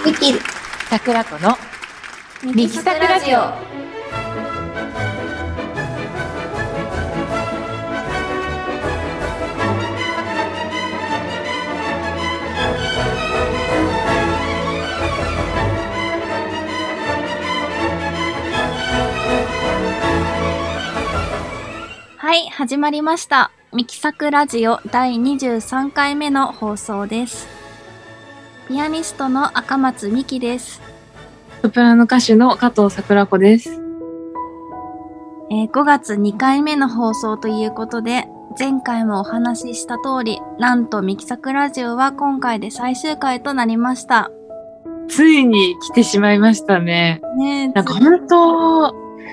ミキ桜子のミキサクラジオ。はい、始まりました。ミキサクラジオ第23回目の放送です。ピアニストの赤松美希です。 ソプラノ歌手の加藤桜子です。 5月2回目の放送ということで、前回もお話しした通り、なんとミキサクラジオは今回で最終回となりました。 ついに来てしまいましたね。なんか本当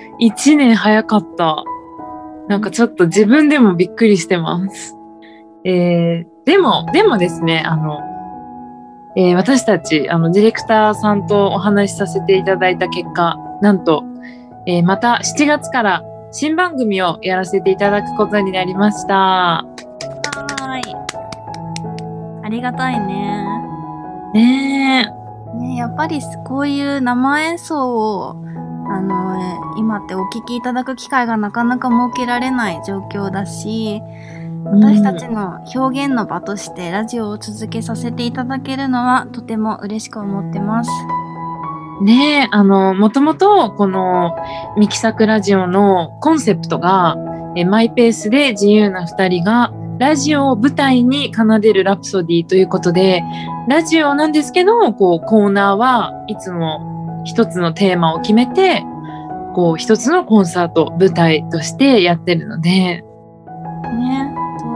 1年早かった。なんかちょっと自分でもびっくりしてます。でもですね、私たちディレクターさんとお話しさせていただいた結果、なんと、また7月から新番組をやらせていただくことになりました。 はーい。ありがたいね。 ねやっぱりこういう生演奏を今ってお聞きいただく機会がなかなか設けられない状況だし、私たちの表現の場としてラジオを続けさせていただけるのはとても嬉しく思ってます。 ねえ、もともとこのミキサクラジオのコンセプトが、マイペースで自由な二人がラジオを舞台に奏でるラプソディということで、ラジオなんですけど、コーナーはいつも一つのテーマを決めて、一つのコンサート舞台としてやってるので。ね、 そう、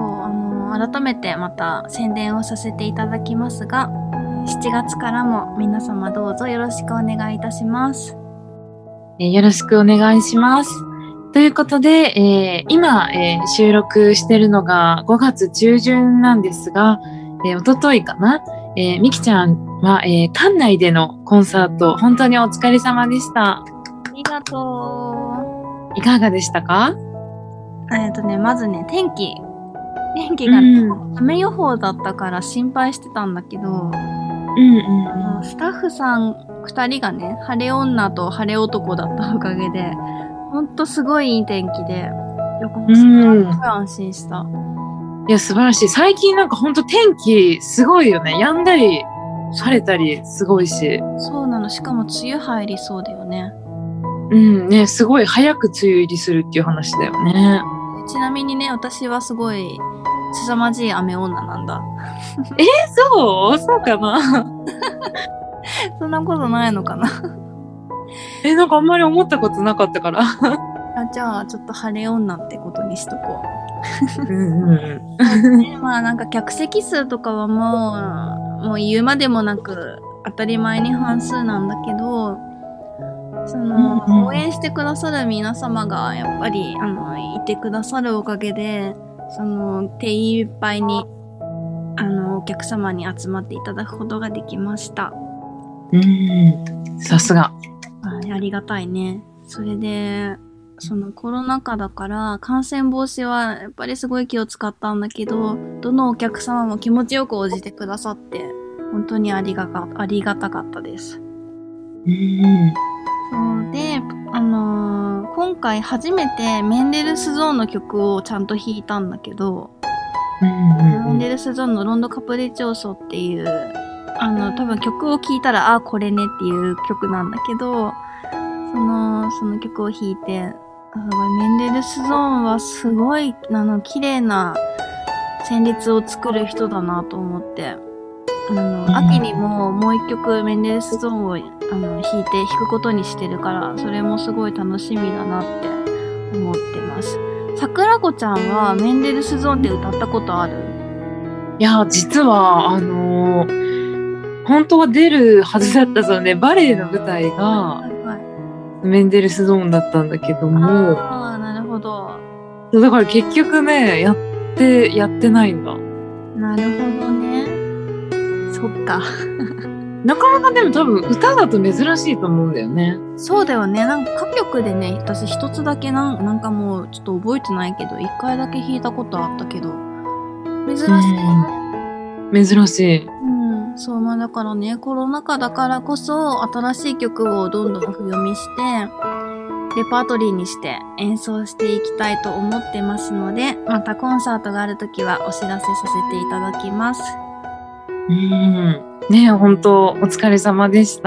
改めてまた宣伝をさせていただきますが、7月からも皆様どうぞよろしくお願いいたします。 よろしくお願いします。ということで、今、収録してるのが5月中旬なんですが、一昨日かな、みきちゃんは、館内でのコンサート、本当にお疲れ様でした。 ありがとう。いかがでしたか？ まずね、天気が、雨予報だったから心配してたんだけど、スタッフさん2人がね、晴れ女と晴れ男だったおかげで、ほんとすごいいい天気で、すごい安心した。 いや、素晴らしい。最近なんかほんと天気すごいよね。止んだり、晴れたりすごいし。 そうなの。しかも梅雨入りそうだよね。 ね、すごい早く梅雨入りするっていう話だよね。 ちなみにね、私はすごい凄まじい雨女なんだ。 そうかなそんなことないのかななんかあんまり思ったことなかったからじゃあちょっと晴れ女ってことにしとこう。 ね、まあなんか客席数とかはもう言うまでもなく当たり前に半数なんだけど、応援してくださる皆様がやっぱりいてくださるおかげで、手いっぱいにお客様に集まっていただくことができました。 さすが。 ありがたいね。それでコロナ禍だから感染防止はやっぱりすごい気を使ったんだけど、どのお客様も気持ちよく応じてくださって本当にありがたかったです。そうで、今回初めてメンデルスゾーンの曲をちゃんと弾いたんだけど、メンデルスゾーンのロンドカプリチョーソっていう多分曲を聴いたらこれねっていう曲なんだけど、その曲を弾いて、メンデルスゾーンはすごい綺麗な旋律を作る人だなと思って、秋にもう一曲メンデルスゾーンを弾くことにしてるから、それもすごい楽しみだなって思ってます。桜子ちゃんはメンデルスゾーンで歌ったことある？ いや、実は本当は出るはずだったバレエの舞台がメンデルスゾーンだったんだけども、 なるほど。 だから結局ね、やってないんだ。 なるほどね。そっか。 なかなかでも多分歌だと珍しいと思うんだよね。 そうだよね。なんか歌曲でね、私一つだけなんかもうちょっと覚えてないけど、一回だけ弾いたことあったけど、珍しいよね。 珍しい。 そう、まあだからね、コロナ禍だからこそ、新しい曲をどんどん譜読みして、レパートリーにして演奏していきたいと思ってますので、またコンサートがあるときはお知らせさせていただきます。 ねえ、本当お疲れ様でした。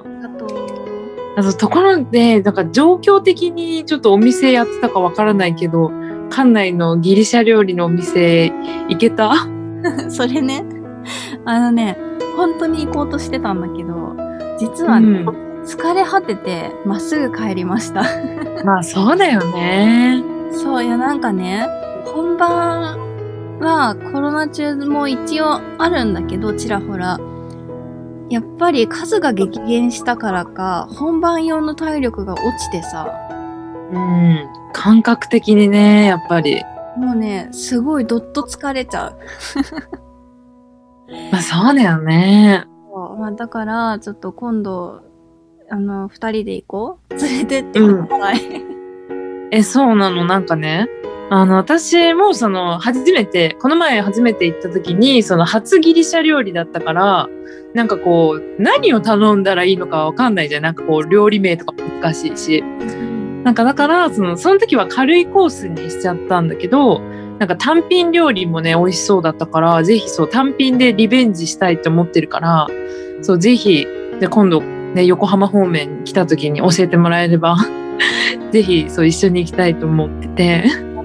ところで、なんか状況的にちょっとお店やってたかわからないけど、館内のギリシャ料理のお店行けた？ それね、本当に行こうとしてたんだけど、実はね、疲れ果ててまっすぐ帰りました。 まあそうだよね。 そう、いやなんかね、本番はコロナ中も一応あるんだけど、ちらほら。やっぱり数が激減したからか、本番用の体力が落ちてさ。 感覚的にね、やっぱり。 もうね、すごいどっと疲れちゃう。 まあそうだよね。 まあだから、ちょっと今度、二人で行こう？連れてってください。 そうなの、なんかね。私もこの前初めて行った時に、初ギリシャ料理だったから、なんかこう、何を頼んだらいいのかわかんないじゃん。なんかこう、料理名とか難しいし。なんかだから、その時は軽いコースにしちゃったんだけど、なんか単品料理もね、美味しそうだったから、ぜひ単品でリベンジしたいって思ってるから、ぜひ、で、今度ね、横浜方面に来た時に教えてもらえれば、ぜひ、一緒に行きたいと思ってて。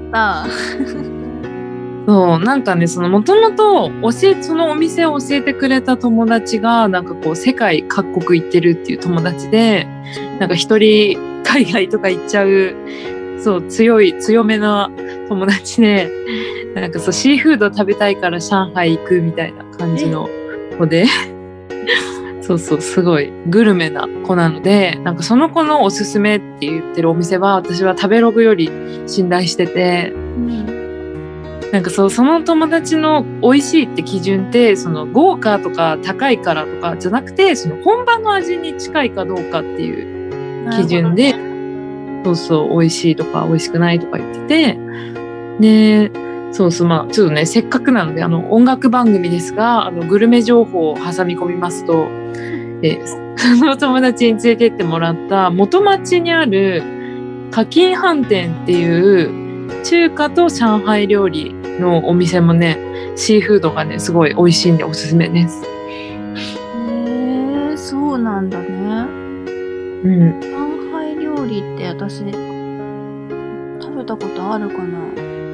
そう、なんかね、もともとそのお店を教えてくれた友達が、なんかこう、世界各国行ってるっていう友達で、なんか一人海外とか行っちゃう、強めな友達で、なんかシーフード食べたいから上海行くみたいな感じの子で、すごいグルメな子なので、なんかその子のおすすめって言ってるお店は、私は食べログより信頼してて、なんかその友達の美味しいって基準って、豪華とか高いからとかじゃなくて、本場の味に近いかどうかっていう基準で、美味しいとか美味しくないとか言ってて、で、まあちょっとね、せっかくなので、音楽番組ですが、グルメ情報を挟み込みますと、その友達に連れてってもらった元町にある華金飯店っていう中華と上海料理のお店もね、シーフードがね、すごい美味しいんでおすすめです。 そうなんだね。上海料理って私、食べたことあるかな？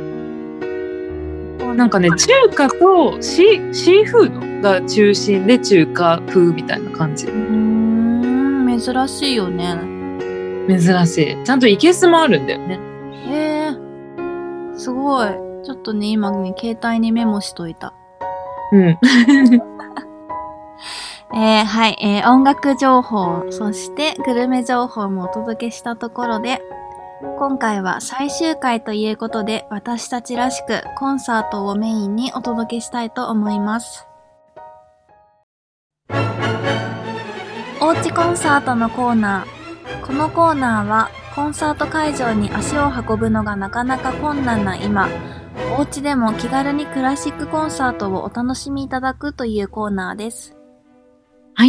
なんかね、中華とシーフードが中心で中華風みたいな感じ。 珍しいよね。 珍しい。ちゃんとイケスもあるんだよね。 すごい。ちょっとね、今ね、携帯にメモしといた。はい、音楽情報、そしてグルメ情報もお届けしたところで、今回は最終回ということで、私たちらしくコンサートをメインにお届けしたいと思います。おうちコンサートのコーナー。このコーナーはコンサート会場に足を運ぶのがなかなか困難な今、お家でも気軽にクラシックコンサートをお楽しみいただくというコーナーです。 はい、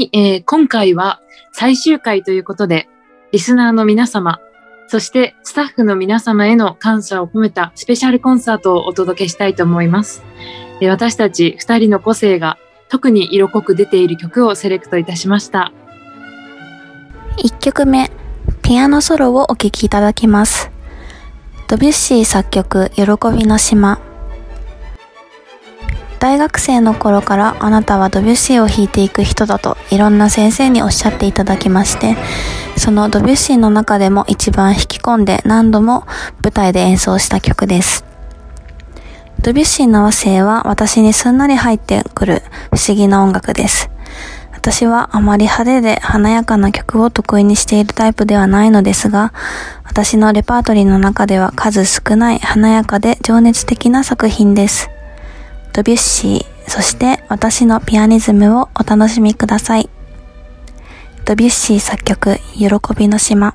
今回は最終回ということで、リスナーの皆様、そしてスタッフの皆様への感謝を込めたスペシャルコンサートをお届けしたいと思います。私たち2人の個性が特に色濃く出ている曲をセレクトいたしました。 1曲目、ピアノソロをお聴きいただきます。ドビュッシー作曲、喜びの島。大学生の頃からあなたはドビュッシーを弾いていく人だといろんな先生におっしゃっていただきまして、そのドビュッシーの中でも一番引き込んで何度も舞台で演奏した曲です。ドビュッシーの和声は私にすんなり入ってくる不思議な音楽です。私はあまり派手で華やかな曲を得意にしているタイプではないのですが、私のレパートリーの中では数少ない華やかで情熱的な作品です。ドビュッシー、そして私のピアニズムをお楽しみください。ドビュッシー作曲、喜びの島。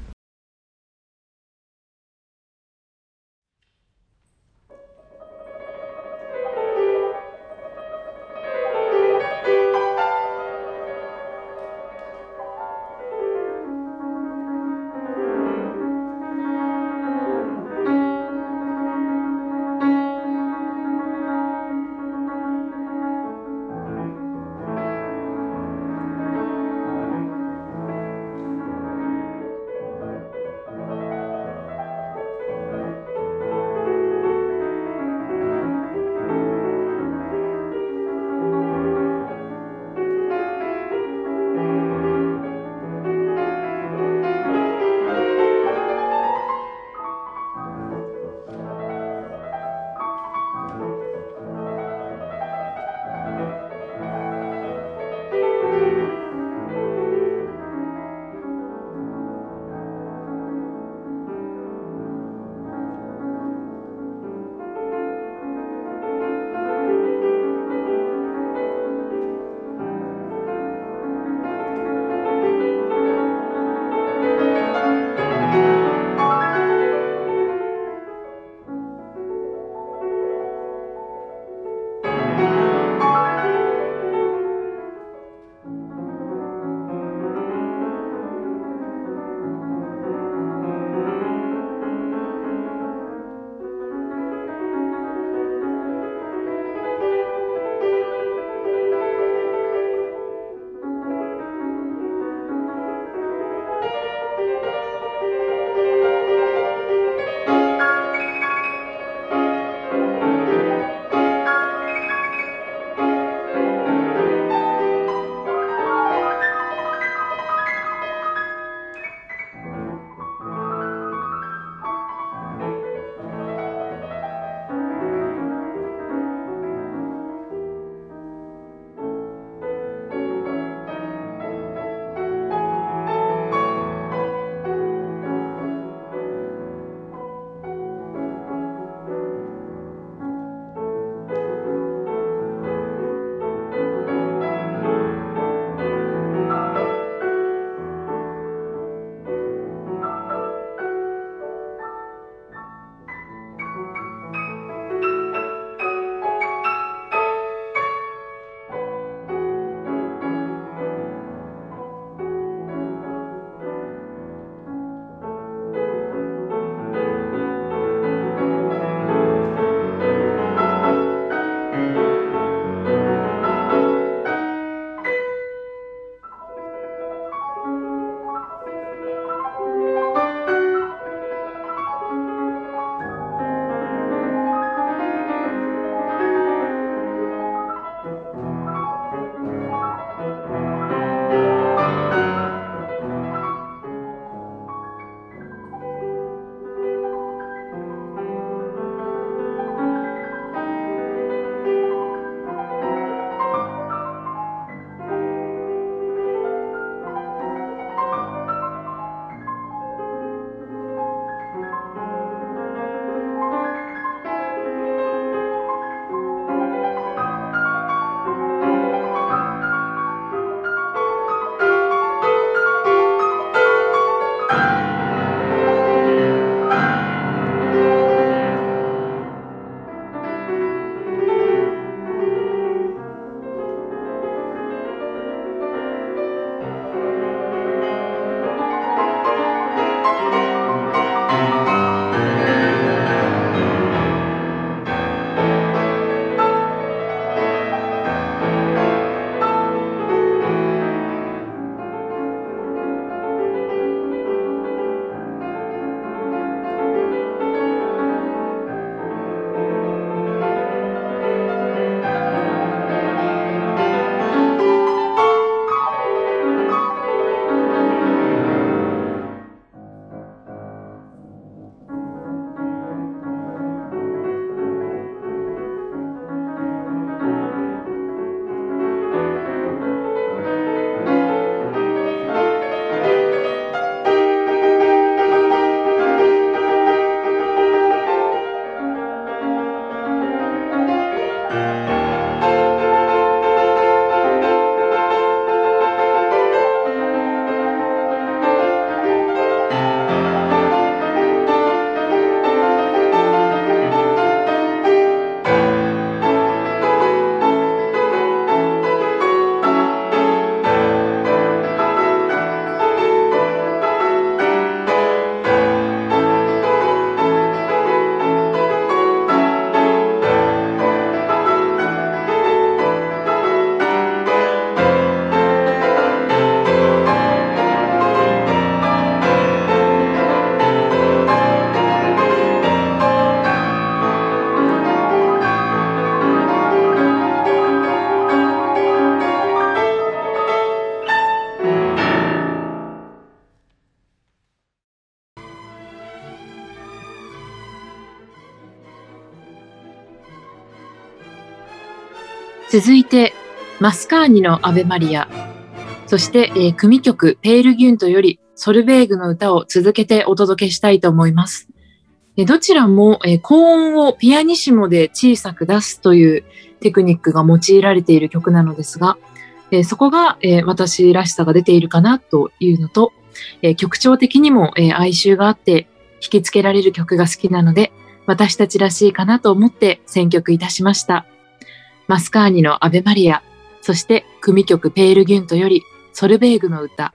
続いて、マスカーニのアベマリア、そして、組曲ペールギュントよりソルベーグの歌を続けてお届けしたいと思います。どちらも、高音をピアニッシモで小さく出すというテクニックが用いられている曲なのですが、そこが、私らしさが出ているかなというのと、曲調的にも、哀愁があって引きつけられる曲が好きなので、私たちらしいかなと思って選曲いたしました。マスカーニのアベマリア、そして組曲ペールギュントよりソルベーグの歌。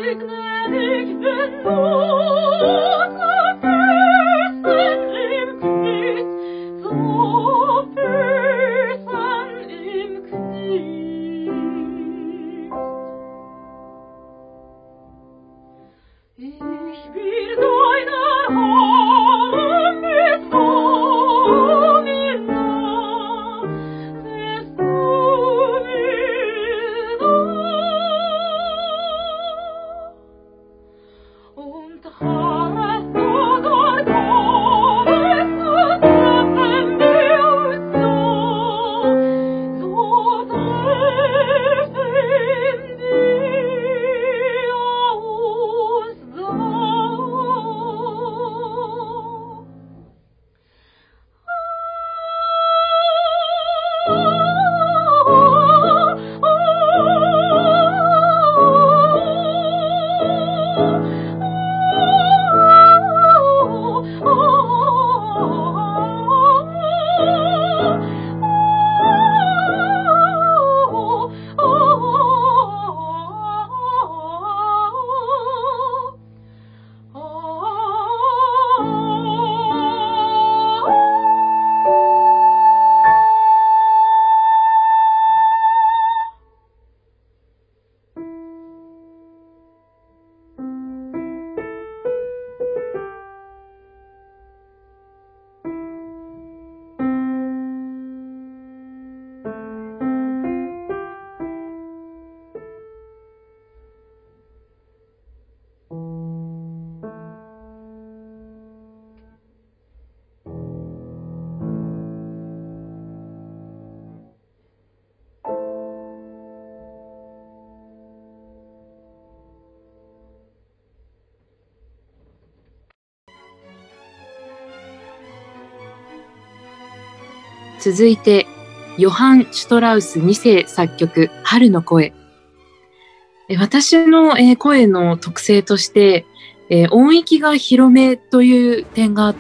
続いて、ヨハン・シュトラウス2世作曲、春の声。私の声の特性として、音域が広めという点があって、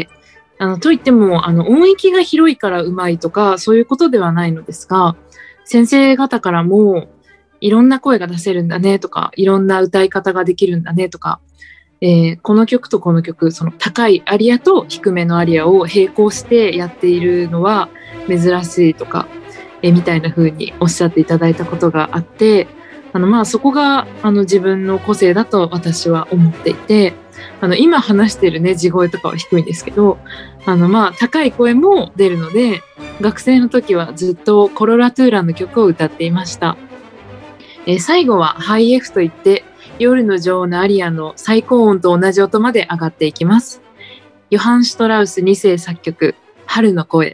といっても、音域が広いからうまいとか、そういうことではないのですが、先生方からも、いろんな声が出せるんだねとか、いろんな歌い方ができるんだねとか、この曲とこの曲、その高いアリアと低めのアリアを並行してやっているのは珍しいとか、みたいな風におっしゃっていただいたことがあって、そこが自分の個性だと私は思っていて、今話してるね、地声とかは低いんですけど、高い声も出るので、学生の時はずっとコロラトゥーラの曲を歌っていました。最後はハイ F といって、夜の女王のアリアの最高音と同じ音まで上がっていきます。ヨハン・シュトラウス2世作曲、春の声。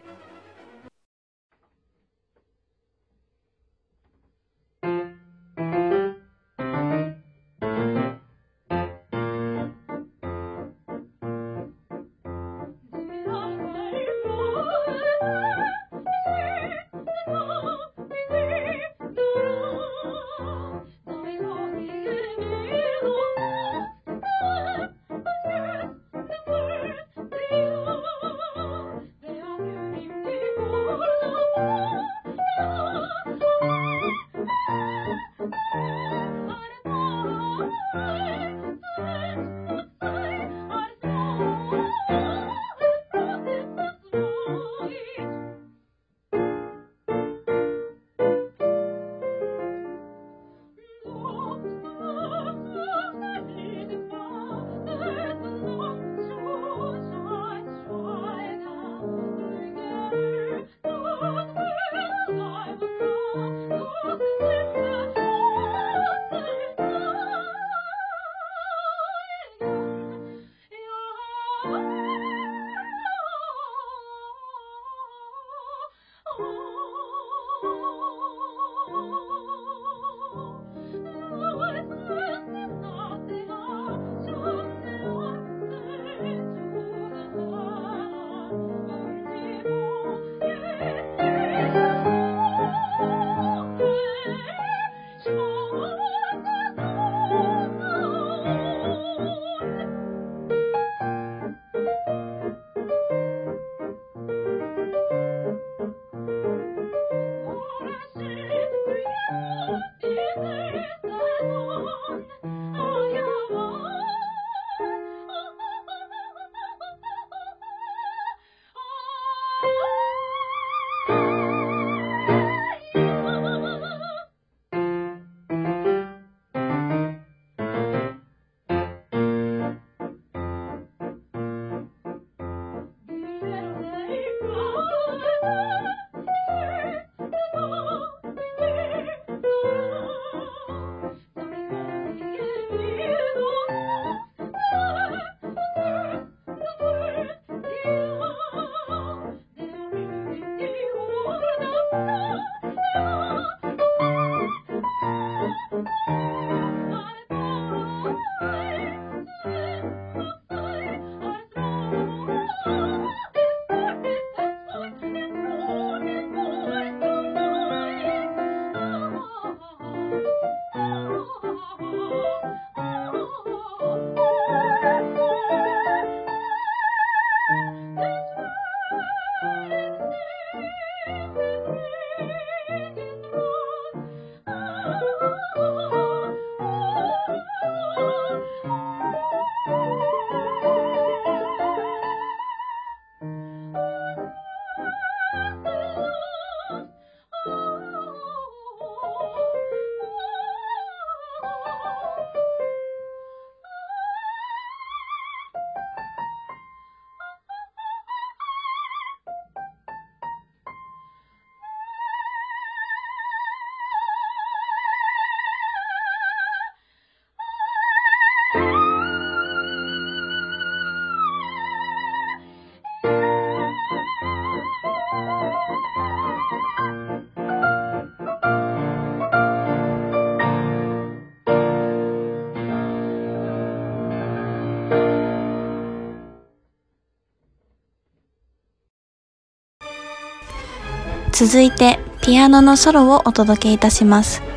続いてピアノのソロをお届けいたします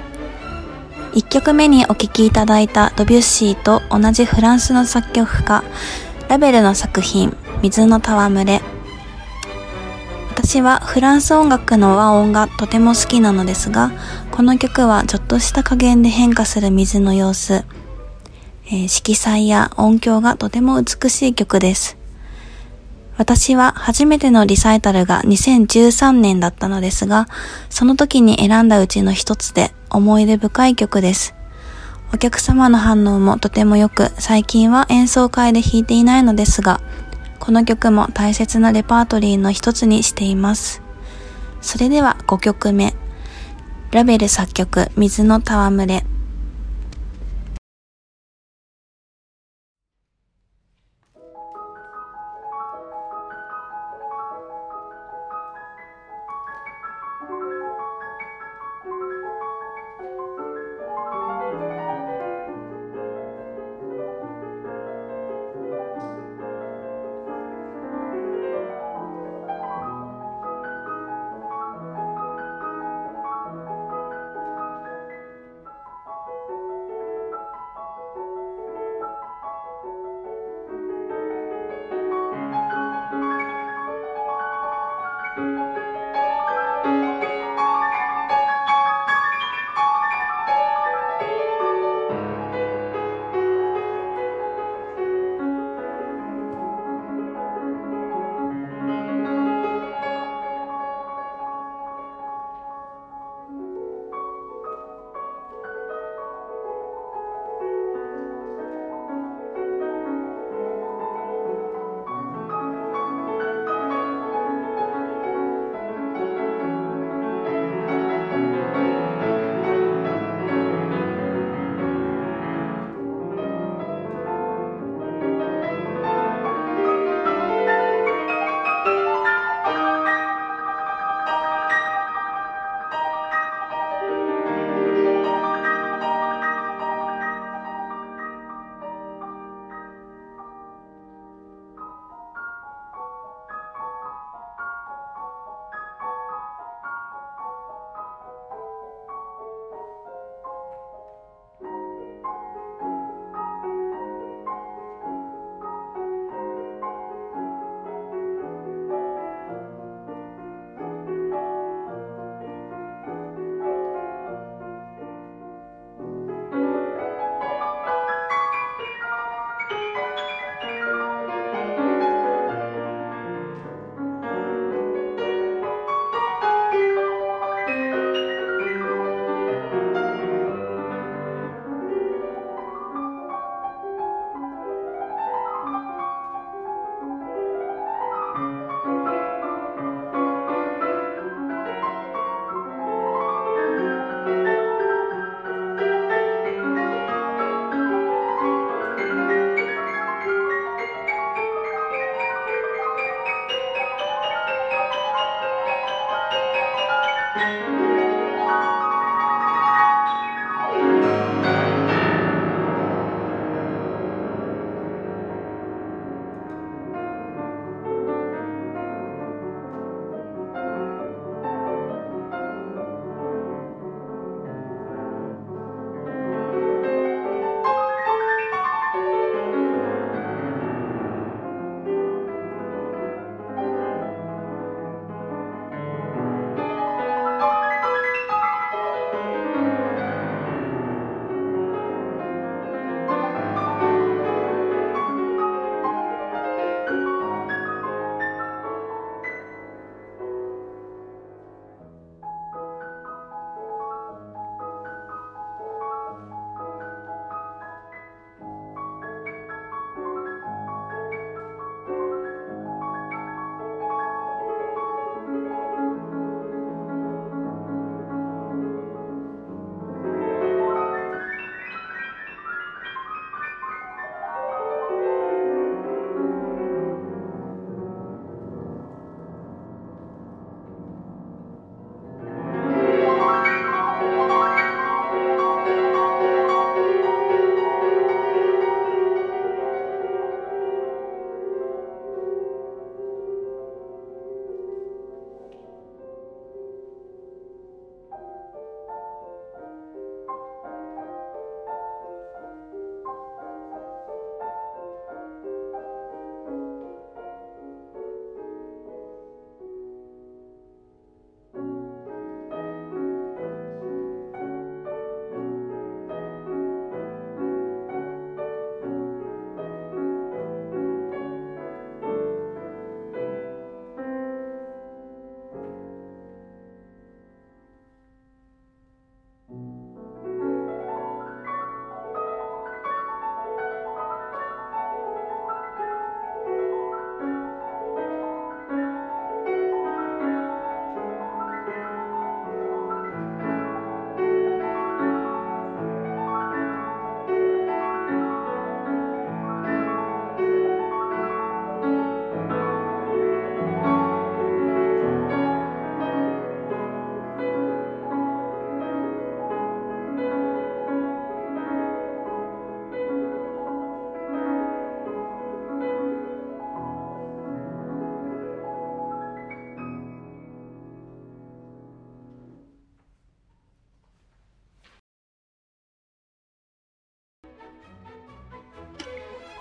。1曲目にお聴きいただいたドビュッシーと同じフランスの作曲家ラベルの作品水の戯れ。私はフランス音楽の和音がとても好きなのですが、この曲はちょっとした加減で変化する水の様子、色彩や音響がとても美しい曲です。私は初めてのリサイタルが2013年だったのですが、その時に選んだうちの一つで思い出深い曲です。お客様の反応もとても良く、最近は演奏会で弾いていないのですが、この曲も大切なレパートリーの一つにしています。それでは5曲目、ラベル作曲水の戯れ。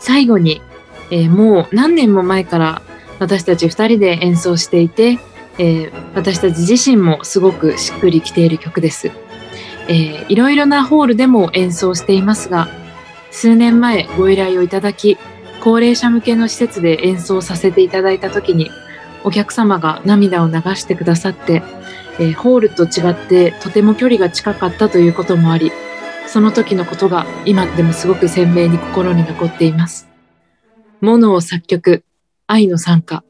最後に、もう何年も前から私たち2人で演奏していて、私たち自身もすごくしっくりきている曲です。いろいろなホールでも演奏していますが、数年前ご依頼をいただき、高齢者向けの施設で演奏させていただいた時に、お客様が涙を流してくださって、ホールと違ってとても距離が近かったということもあり、その時のことが今でもすごく鮮明に心に残っています。モノを作曲、愛の賛歌。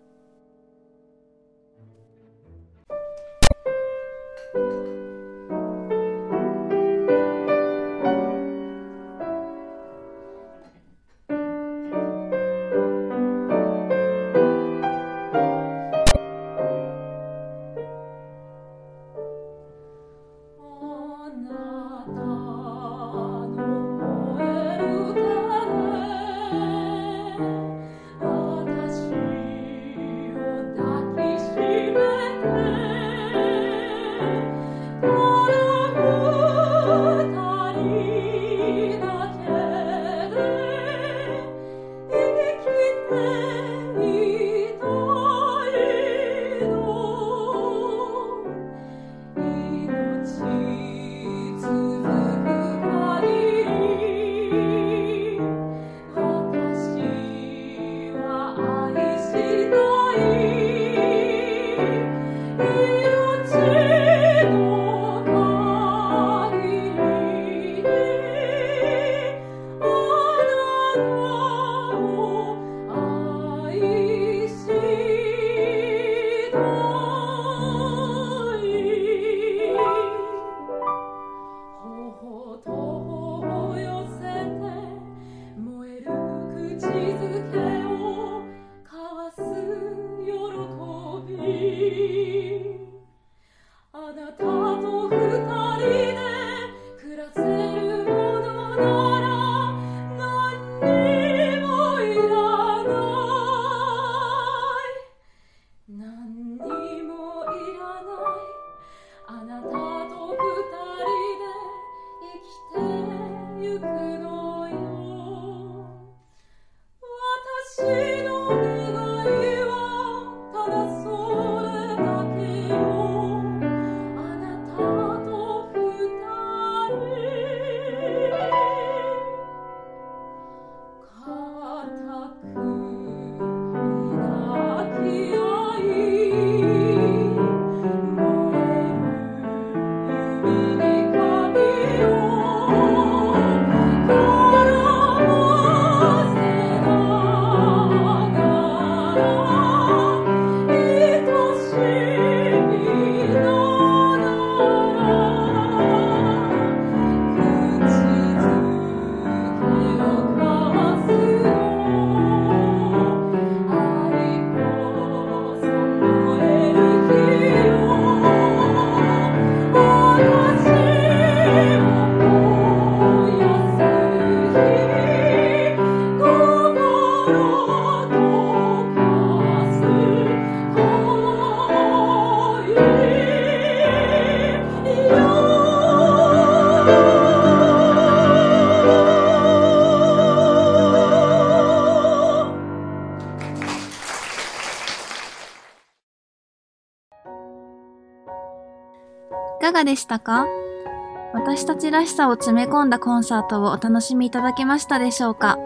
いかがでしたか？私たちらしさを詰め込んだコンサートをお楽しみいただけましたでしょうか？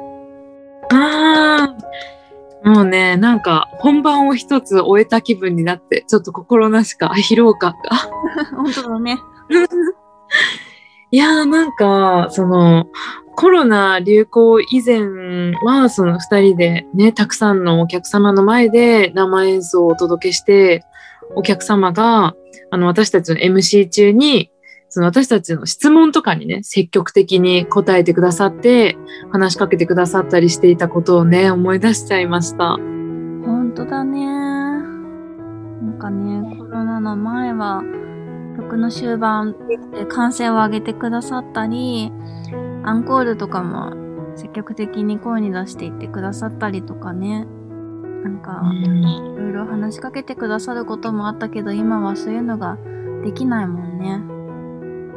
もうね、なんか本番を一つ終えた気分になって、ちょっと心なしか疲労感が。 本当だね。 いやーなんか、コロナ流行以前は、二人でね、たくさんのお客様の前で生演奏をお届けして、お客様が、私たちの MC 中に、私たちの質問とかにね、積極的に答えてくださって、話しかけてくださったりしていたことをね、思い出しちゃいました。 本当だね。なんかね、コロナの前は、曲の終盤で歓声を上げてくださったり、アンコールとかも積極的に声に出していってくださったりとかね。なんか、いろいろ話しかけてくださることもあったけど、今はそういうのができないもんね。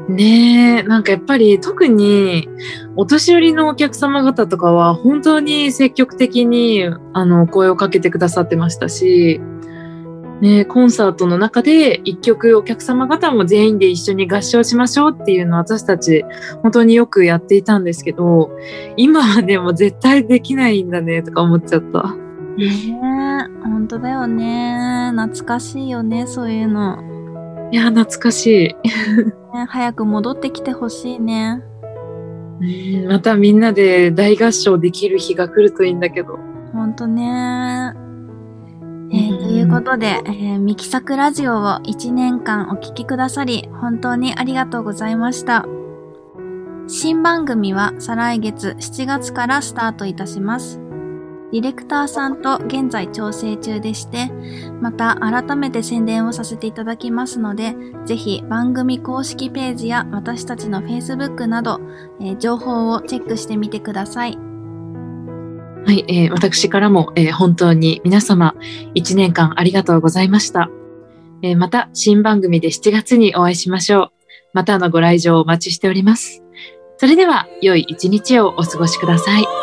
ねえ、なんかやっぱり特にお年寄りのお客様方とかは本当に積極的に声をかけてくださってましたし、ね、コンサートの中で一曲お客様方も全員で一緒に合唱しましょうっていうのを私たち本当によくやっていたんですけど、今はでも絶対できないんだねとか思っちゃった。 ねえ、本当だよね。懐かしいよね、そういうの。 いや、懐かしい。 ね、早く戻ってきてほしいね。 またみんなで大合唱できる日が来るといいんだけど。 本当ね。ということで、ミキサクラジオを1年間お聞きくださり、本当にありがとうございました。新番組は再来月7月からスタートいたします。ディレクターさんと現在調整中でして、また改めて宣伝をさせていただきますので、ぜひ番組公式ページや私たちの Facebook など、情報をチェックしてみてください。 はい、私からも、本当に皆様1年間ありがとうございました。また新番組で7月にお会いしましょう。またのご来場をお待ちしております。それでは良い一日をお過ごしください。